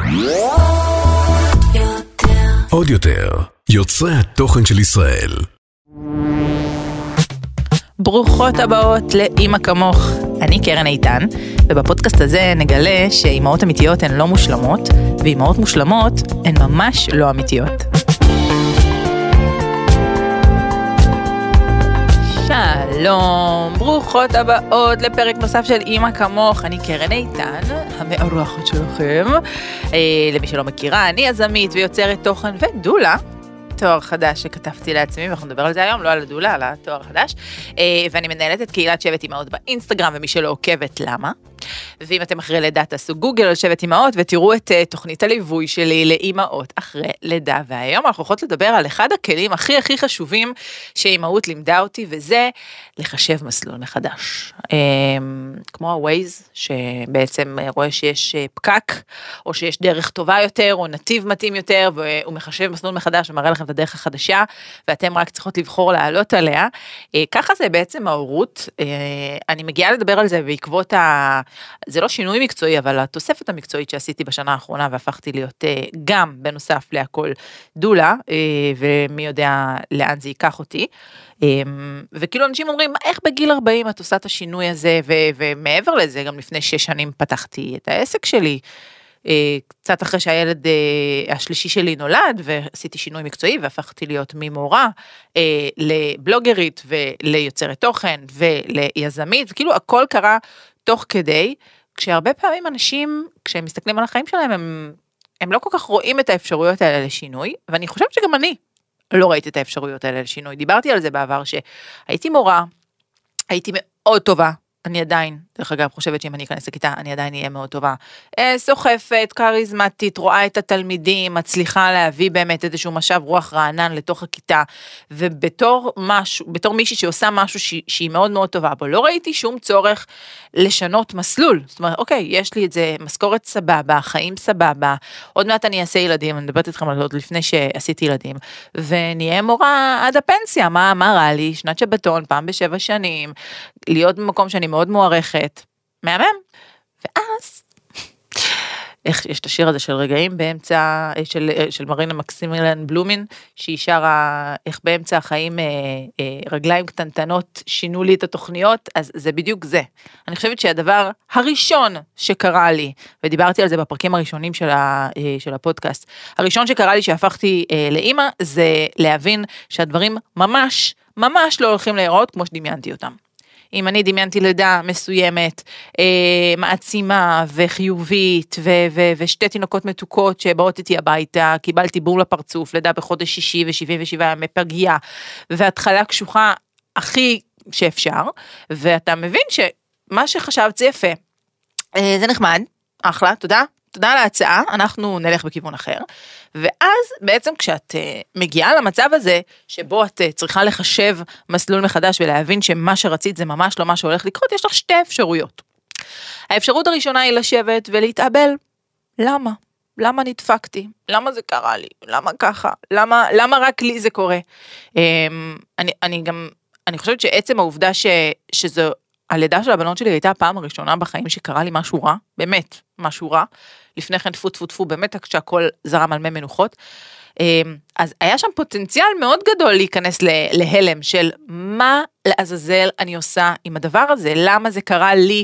עוד יותר, יוצרי התוכן של ישראל. ברוכות הבאות לאמא כמוך. אני קרן איתן, ובפודקאסט הזה נגלה שאימהות אמיתיות הן לא מושלמות, ואימהות מושלמות הן ממש לא אמיתיות. שלום, ברוכות הבאות לפרק נוסף של אמא כמוך. אני קרן איתן, המארחת שלכם. למי שלא מכירה, אני יזמית ויוצרת תוכן ודולה. תואר חדש שכתבתי לעצמי, ואנחנו נדבר על זה היום, לא על הדולה, על התואר החדש. ואני מנהלת את קהילת שבט אמהות באינסטגרם, ומי שלא עוקבת, למה? ואם אתם אחרי לידה, תעשו גוגל על שבט אמהות, ותראו את תוכנית הליווי שלי לאמהות אחרי לידה. והיום אנחנו יכולות לדבר על אחד הכלים הכי חשובים שאמהות לימדה אותי, וזה לחשב מסלול מחדש. כמו הווייז, שבעצם רואה שיש פקק, או שיש דרך טובה יותר, או נתיב מתאים יותר, והוא מחשב מסלול מחדש, ומראה לכם את הדרך החדשה, ואתם רק צריכות לבחור לעלות עליה. ככה זה בעצם ההורות. אני מגיעה לדבר על זה בעקבות זה לא שינוי מקצועי, אבל התוספת המקצועית שעשיתי בשנה האחרונה, והפכתי להיות גם בנוסף להכל דולה, ומי יודע לאן זה ייקח אותי. וכאילו אנשים אומרים, איך בגיל 40 את עושה את השינוי הזה, ומעבר לזה, גם לפני 6 שנים פתחתי את העסק שלי, קצת אחרי שהילד השלישי שלי נולד, ועשיתי שינוי מקצועי, והפכתי להיות ממורה לבלוגרית, וליוצרת תוכן, וליזמית, וכאילו הכל קרה תוך כדי, כשהרבה פעמים אנשים, כשהם מסתכלים על החיים שלהם, הם לא כל כך רואים את האפשרויות האלה לשינוי, ואני חושבת שגם אני לא ראיתי את האפשרויות האלה לשינוי. דיברתי על זה בעבר, שהייתי מורה, הייתי מאוד טובה, אני עדיין, דרך אגב, חושבת שאם אני אכנס לכיתה, אני עדיין אהיה מאוד טובה. סוחפת, קריזמטית, רואה את התלמידים, מצליחה להביא באמת איזשהו משב רוח רענן לתוך הכיתה, ובתור מישהי שעושה משהו שהיא מאוד מאוד טובה, בו לא ראיתי שום צורך לשנות מסלול. זאת אומרת, אוקיי, יש לי את זה, משכורת סבבה, חיים סבבה, עוד מעט אני אעשה ילדים, אני מדברת איתכם על עוד לפני שעשיתי ילדים, ונהיה מורה עד הפנסיה, מה רע לי? שנת שבתון, פעם ב7 שנים, להיות במקום שאני מאוד מוערכת, מהמם, ואז, איך יש את השיר הזה של רגעים באמצע, של מרינה מקסימילן בלומין, שהיא שרה איך באמצע החיים רגליים קטנטנות שינו לי את התוכניות, אז זה בדיוק זה. אני חושבת שהדבר הראשון שקרה לי, ודיברתי על זה בפרקים הראשונים של הפודקאסט, הראשון שקרה לי שהפכתי לאמא, זה להבין שהדברים ממש לא הולכים להיראות כמו שדמיינתי אותם. אם אני דמיינתי לידה מסוימת, מעצימה וחיובית, ושתי תינוקות מתוקות שבאות איתי הביתה, קיבלתי בור לפרצוף, לידה בחודש 6 ו77 ימי פגייה, והתחלה קשוחה הכי שאפשר, ואתה מבין שמה שחשבת זה יפה, זה נחמד, אחלה, תודה על ההצעה, אנחנו נלך בכיוון אחר, ואז בעצם כשאת מגיעה למצב הזה, שבו את צריכה לחשב מסלול מחדש, ולהבין שמה שרצית זה ממש לא מה שהולך לקרות, יש לך 2 אפשרויות. האפשרות הראשונה היא לשבת ולהתאבל. למה? למה נדפקתי? למה זה קרה לי? למה ככה? למה רק לי זה קורה? אני חושבת שעצם העובדה שזו, הלידה של הבנות שלי הייתה הפעם הראשונה בחיים שקרה לי משהו רע, באמת משהו רע, לפני כן טפו, באמת כשהכל זרם על מי מנוחות, אז היה שם פוטנציאל מאוד גדול להיכנס להלם של מה לעזאזל אני עושה עם הדבר הזה, למה זה קרה לי,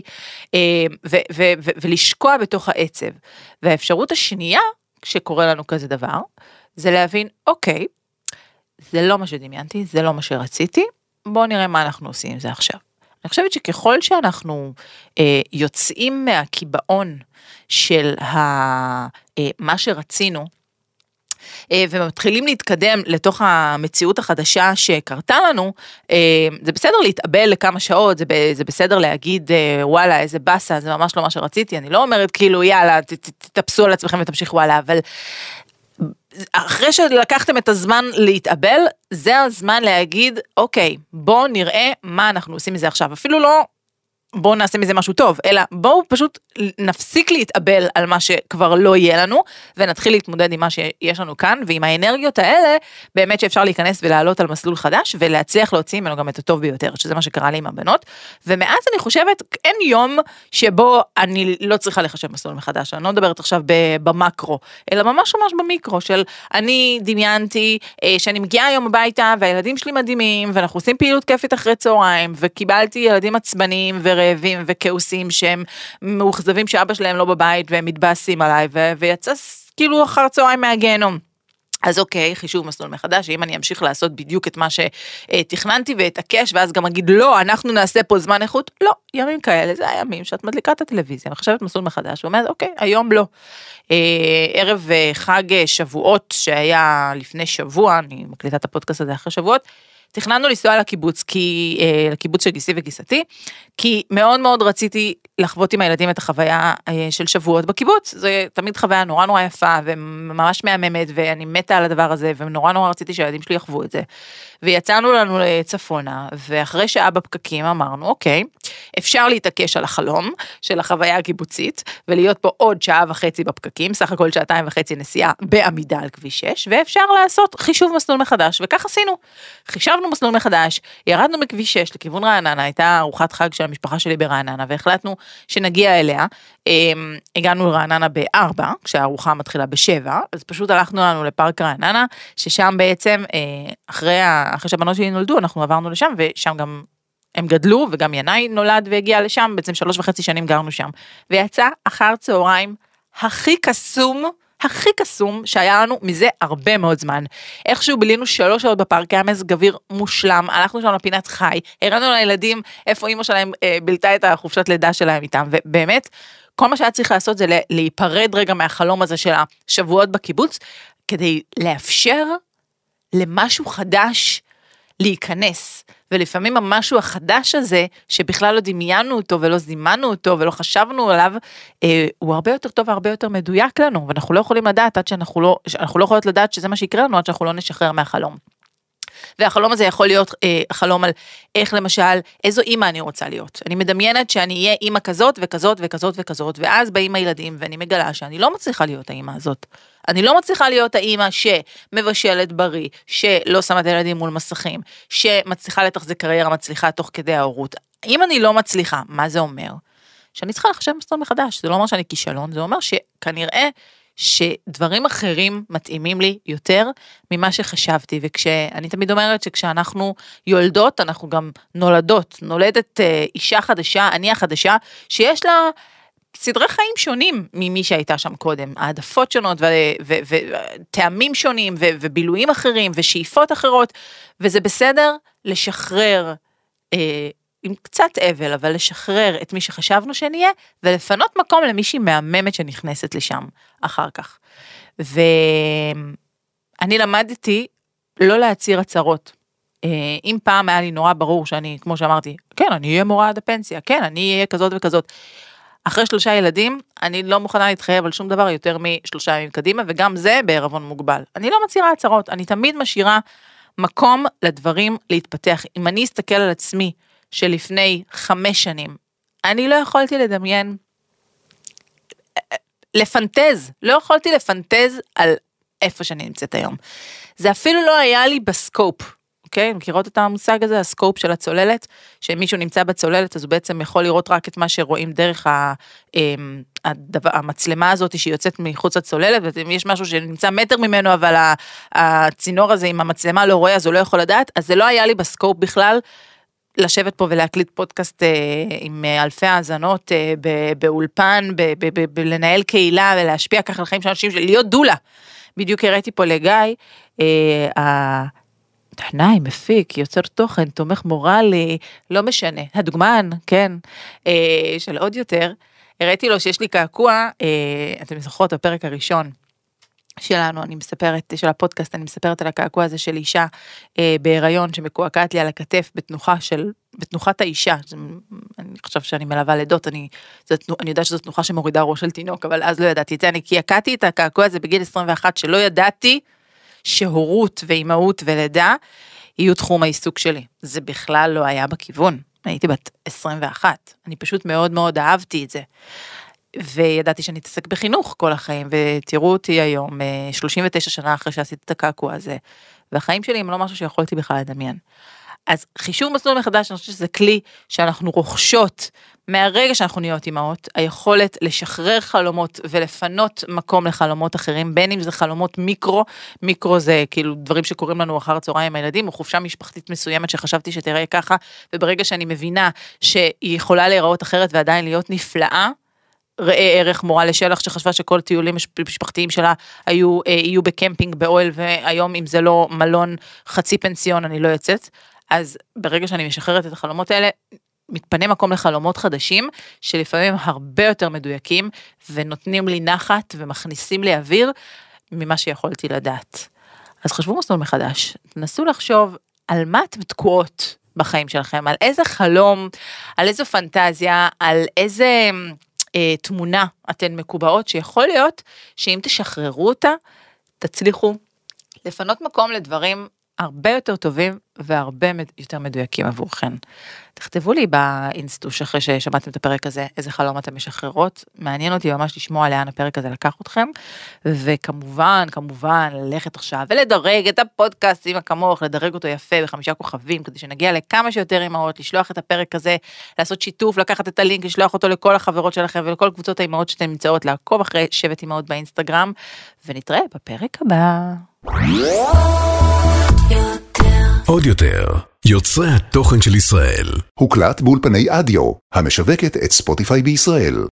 ולשקוע בתוך העצב. והאפשרות השנייה, כשקורה לנו כזה דבר, זה להבין, אוקיי, זה לא מה שדמיינתי, זה לא מה שרציתי, בואו נראה מה אנחנו עושים עם זה עכשיו. אני חושבת שככל שאנחנו יוצאים מהקיבעון של מה שרצינו, ומתחילים להתקדם לתוך המציאות החדשה שקרתה לנו, זה בסדר להתאבל לכמה שעות, זה בסדר להגיד, וואלה, איזה בסה, זה ממש לא מה שרציתי, אני לא אומרת כאילו, יאללה, תתאפסו על עצמכם ותמשיכו הלאה, אבל אחרי שלקחתם את הזמן להתאבל, זה הזמן להגיד, אוקיי, בואו נראה מה אנחנו עושים מזה עכשיו, אפילו לא בואו נעשה מזה משהו טוב, אלא בואו פשוט נפסיק להתאבל על מה שכבר לא יהיה לנו, ונתחיל להתמודד עם מה שיש לנו כאן, ועם האנרגיות האלה, באמת שאפשר להיכנס ולעלות על מסלול חדש, ולהצליח להוציא ממנו גם את הטוב ביותר, שזה מה שקרה לי עם הבנות, ומאז אני חושבת, אין יום שבו אני לא צריכה לחשב מסלול מחדש, אני לא מדברת עכשיו במקרו, אלא ממש במיקרו, של אני דמיינתי, שאני מגיעה היום הביתה, והילדים שלי מדהימים, ואנחנו עושים פעילות כיפית אחרי צהריים, וקיבלתי ילדים עצבניים ורעבים וכעוסים שהם מאוכזבים שאבא שלהם לא בבית והם מתבאסים עליי ויצא כאילו אחר צהריים מהגיהנום. אז אוקיי, חישוב מסלול מחדש, שאם אני אמשיך לעשות בדיוק את מה שתכננתי ואתעקש, ואז גם אגיד, לא, אנחנו נעשה פה זמן איכות, לא, ימים כאלה, זה הימים שאת מדליקה את הטלוויזיה, מחשבת מסלול מחדש, ואומרת, אוקיי, היום לא. ערב חג שבועות שהיה לפני שבוע, אני מקליטה את הפודקאסט הזה אחרי שבועות, תכננו לנסוע לקיבוץ, לקיבוץ של גיסי וגיסתי, כי מאוד מאוד רציתי לחוות עם הילדים את החוויה של שבועות בקיבוץ, זה תמיד חוויה נורא יפה, וממש מהממת, ואני מתה על הדבר הזה, ונורא רציתי שהילדים שלי יחוו את זה. ויצאנו לנו לצפונה, ואחרי שעה בפקקים אמרנו, אוקיי, אפשר להתעקש על החלום של החוויה הקיבוצית, ולהיות פה עוד שעה וחצי בפקקים, סך הכל 2.5 נסיעה בעמידה על כביש 6, ואפשר לעשות חישוב מסלול מחדש, וכך עשינו. חישבנו מסלול מחדש, ירדנו מכביש 6 לכיוון רעננה, הייתה ארוחת חג של המשפחה שלי ברעננה, והחלטנו שנגיע אליה, הגענו לרעננה ב-4, כשהארוחה מתחילה ב-7, אז פשוט הלכנו לנו לפארק רעננה, ששם בעצם, אחרי שהבנות שלי נולדו, אנחנו עברנו לשם, ושם גם הם גדלו, וגם ינאי נולד והגיע לשם, בעצם 3.5 שנים גרנו שם, ויצא אחר צהריים הכי קסום שהיה לנו מזה הרבה מאוד זמן. איכשהו בילינו 3 שעות בפארק, היה מזג אוויר מושלם, הלכנו שם לפינת חי, הראינו לילדים איפה אמא שלהם בילתה את החופשת לידה שלהם איתם, ובאמת, כל מה שהיה צריך לעשות זה להיפרד רגע מהחלום הזה של השבועות בקיבוץ, כדי לאפשר למשהו חדש להיכנס, ולפעמים המשהו החדש הזה, שבכלל לא דמיינו אותו, ולא זימנו אותו, ולא חשבנו עליו, הוא הרבה יותר טוב, והרבה יותר מדויק לנו, ואנחנו לא יכולים לדעת, אנחנו לא יכולות לדעת שזה מה שיקרה לנו, עד שאנחנו לא נשחרר מהחלום. והחלום הזה יכול להיות חלום על איך למשל, איזו אימא אני רוצה להיות. אני מדמיינת שאני אהיה אימא כזאת וכזאת וכזאת וכזאת, ואז באים הילדים ואני מגלה שאני לא מצליחה להיות האימא הזאת. אני לא מצליחה להיות האימא שמבשלת בריא, שלא שמה את הילדים מול מסכים, שמצליחה לתחזק קריירה מצליחה תוך כדי ההורות. אם אני לא מצליחה, מה זה אומר? שאני צריכה לחשב מסלול מחדש. זה לא אומר שאני כישלון, זה אומר שכנראה שדברים אחרים מתאימים לי יותר ממה שחשבתי, וכשאני תמיד אומרת שכשאנחנו יולדות, אנחנו גם נולדת אישה חדשה, אני החדשה, שיש לה סדרי חיים שונים ממי שהייתה שם קודם, העדפות שונות וטעמים שונים ובילויים אחרים ושאיפות אחרות, וזה בסדר לשחרר עם קצת אבל, אבל לשחרר את מי שחשבנו שנהיה, ולפנות מקום למישהי מהממת שנכנסת לשם אחר כך. ואני למדתי לא להצהיר הצהרות. אם פעם היה לי נורא ברור שאני, כמו שאמרתי, כן, אני אהיה מורה עד הפנסיה, כן, אני אהיה כזאת וכזאת. אחרי 3 ילדים, אני לא מוכנה להתחייב על שום דבר יותר מ3 ימים קדימה, וגם זה בערבון מוגבל. אני לא מצהירה הצהרות, אני תמיד משאירה מקום לדברים להתפתח. אם אני אסתכל על עצמי, שלפני 5 שנים, אני לא יכולתי לדמיין, לא יכולתי לפנטז על איפה שאני נמצאת היום. זה אפילו לא היה לי בסקופ, אוקיי? מכירות את המושג הזה, הסקופ של הצוללת, שמישהו נמצא בצוללת, אז הוא בעצם יכול לראות רק את מה שרואים דרך המצלמה הזאת שהיא יוצאת מחוץ לצוללת, ואם יש משהו שנמצא מטר ממנו, אבל הצינור הזה עם המצלמה לא רואה, אז הוא לא יכול לדעת, אז זה לא היה לי בסקופ בכלל, לשבת פה ולהקליט פודקאסט עם אלפי האזנות באולפן, לנהל קהילה ולהשפיע ככה על חיים של אנשים, להיות דולה. בדיוק הראיתי פה לגיא, טכנאי, מפיק, יוצר תוכן, תומך מורלי, לא משנה, הדוגמן, כן, של עוד יותר, הראיתי לו שיש לי קעקוע, אתם זוכרות, הפרק הראשון שלנו, אני מספרת, של הפודקאסט, אני מספרת על הקעקוע הזה של אישה בהיריון, שמקועקעת לי על הכתף בתנוחת האישה, אני חושב שאני מלווה לידות, אני יודעת שזו תנוחה שמורידה ראש של תינוק, אבל אז לא ידעתי את זה, אני קעקעתי את הקעקוע הזה בגיל 21, שלא ידעתי שהורות ואימהות ולידה, יהיו תחום העיסוק שלי, זה בכלל לא היה בכיוון, הייתי בת 21, אני פשוט מאוד מאוד אהבתי את זה. וידעתי שאני אתעסק בחינוך כל החיים, ותראו אותי היום, 39 שנה אחרי שעשיתי את הקעקוע הזה, והחיים שלי הם לא משהו שיכולתי בכלל לדמיין. אז חישוב מסלול מחדש, אני חושבת שזה כלי שאנחנו רוכשות מהרגע שאנחנו נהיות אימהות, היכולת לשחרר חלומות ולפנות מקום לחלומות אחרים, בין אם זה חלומות מיקרו זה כאילו דברים שקורים לנו אחר הצהריים עם הילדים, או חופשה משפחתית מסוימת שחשבתי שתראה ככה, וברגע שאני מבינה שהיא יכולה להיראות אחרת ועדיין להיות נפלאה, ראה ערך מורה לשלח שחשבה שכל טיולים משפחתיים שלה יהיו בקמפינג באוהל, והיום אם זה לא מלון חצי פנסיון אני לא יוצאת, אז ברגע שאני משחררת את החלומות האלה, מתפנה מקום לחלומות חדשים, שלפעמים הם הרבה יותר מדויקים, ונותנים לי נחת ומכניסים לי אוויר, ממה שיכולתי לדעת. אז חשבו מסלול מחדש, תנסו לחשוב על מה אתם תקועות בחיים שלכם, על איזה חלום, על איזו פנטזיה, על איזה תמונה אתן מקובעות, שיכול להיות שאם תשחררו אותה, תצליחו לפנות מקום לדברים הרבה יותר טובים והרבה יותר מדויקים עבורכן. תכתבו לי באינסטוש אחרי ששמעתם את הפרק הזה, איזה חלום אתם משחררות, מעניין אותי ממש לשמוע לאן הפרק הזה לקח אתכם, וכמובן, ללכת עכשיו ולדרג את הפודקאסט עם הכמוך, לדרג אותו יפה ב5 כוכבים, כדי שנגיע לכמה שיותר אימהות, לשלוח את הפרק הזה, לעשות שיתוף, לקחת את הלינק, לשלוח אותו לכל החברות שלכם ולכל קבוצות האימהות שאתן נמצאות, לעקוב אחרי שבט אימהות באינסטגרם, ונתראה בפרק הבא. עוד יותר, יוצרי התוכן של ישראל. הוקלט באולפני אדיו, המשווקת את ספוטיפיי בישראל.